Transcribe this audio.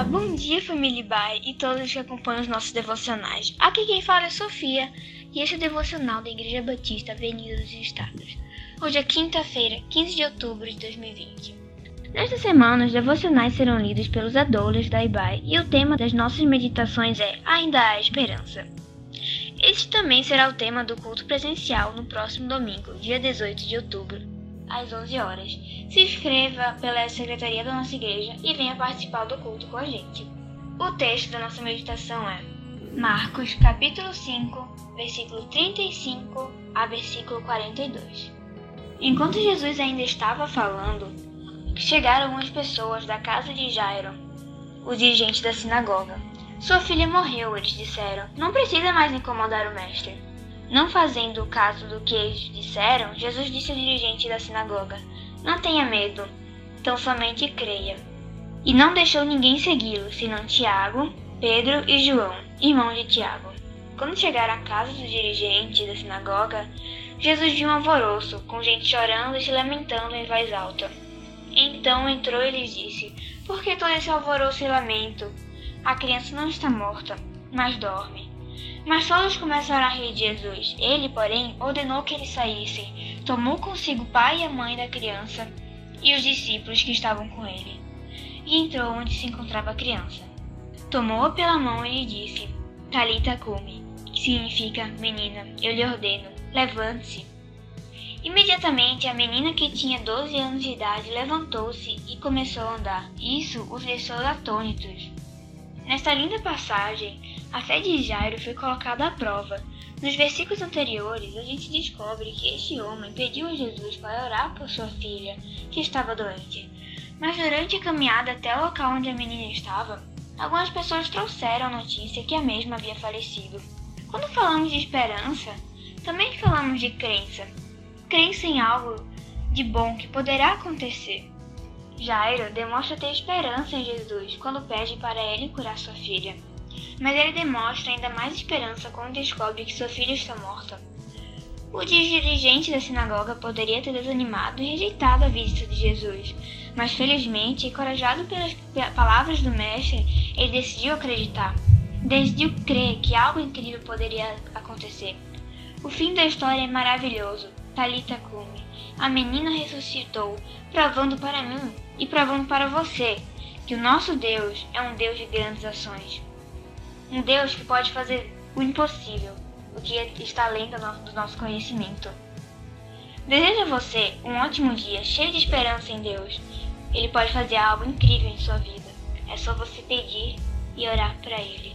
Bom dia, família Ibai e todos que acompanham os nossos devocionais. Aqui quem fala é Sofia e este é o devocional da Igreja Batista Avenida dos Estados. Hoje é quinta-feira, 15 de outubro de 2020. Nesta semana, os devocionais serão lidos pelos adolescentes da Ibai e o tema das nossas meditações é Ainda há Esperança. Este também será o tema do culto presencial no próximo domingo, dia 18 de outubro, às 11 horas. Se inscreva pela secretaria da nossa igreja e venha participar do culto com a gente. O texto da nossa meditação é Marcos, capítulo 5, versículo 35 a versículo 42. Enquanto Jesus ainda estava falando, chegaram algumas pessoas da casa de Jairo, o dirigente da sinagoga. Sua filha morreu, eles disseram. Não precisa mais incomodar o mestre. Não fazendo caso do que eles disseram, Jesus disse ao dirigente da sinagoga: Não tenha medo, tão somente creia. E não deixou ninguém segui-lo, senão Tiago, Pedro e João, irmão de Tiago. Quando chegaram à casa do dirigente da sinagoga, Jesus viu um alvoroço, com gente chorando e se lamentando em voz alta. Então entrou e lhes disse: Por que todo esse alvoroço e lamento? A criança não está morta, mas dorme. Mas todos começaram a rir de Jesus. Ele, porém, ordenou que eles saíssem. Tomou consigo o pai e a mãe da criança e os discípulos que estavam com ele. E entrou onde se encontrava a criança. Tomou-a pela mão e lhe disse: Talita cumi, que significa: Menina, eu lhe ordeno, levante-se. Imediatamente a menina, que tinha 12 anos de idade, levantou-se e começou a andar. Isso os deixou atônitos. Nesta linda passagem, a fé de Jairo foi colocada à prova. Nos versículos anteriores, a gente descobre que este homem pediu a Jesus para orar por sua filha, que estava doente. Mas durante a caminhada até o local onde a menina estava, algumas pessoas trouxeram a notícia que a mesma havia falecido. Quando falamos de esperança, também falamos de crença. Crença em algo de bom que poderá acontecer. Jairo demonstra ter esperança em Jesus quando pede para ele curar sua filha. Mas ele demonstra ainda mais esperança quando descobre que sua filha está morta. O dirigente da sinagoga poderia ter desanimado e rejeitado a visita de Jesus, mas felizmente, encorajado pelas palavras do mestre, ele decidiu acreditar. Decidiu crer que algo incrível poderia acontecer. O fim da história é maravilhoso. Talita cumi. A menina ressuscitou, provando para mim e provando para você que o nosso Deus é um Deus de grandes ações. Um Deus que pode fazer o impossível, o que está além do nosso conhecimento. Desejo a você um ótimo dia, cheio de esperança em Deus. Ele pode fazer algo incrível em sua vida. É só você pedir e orar para Ele.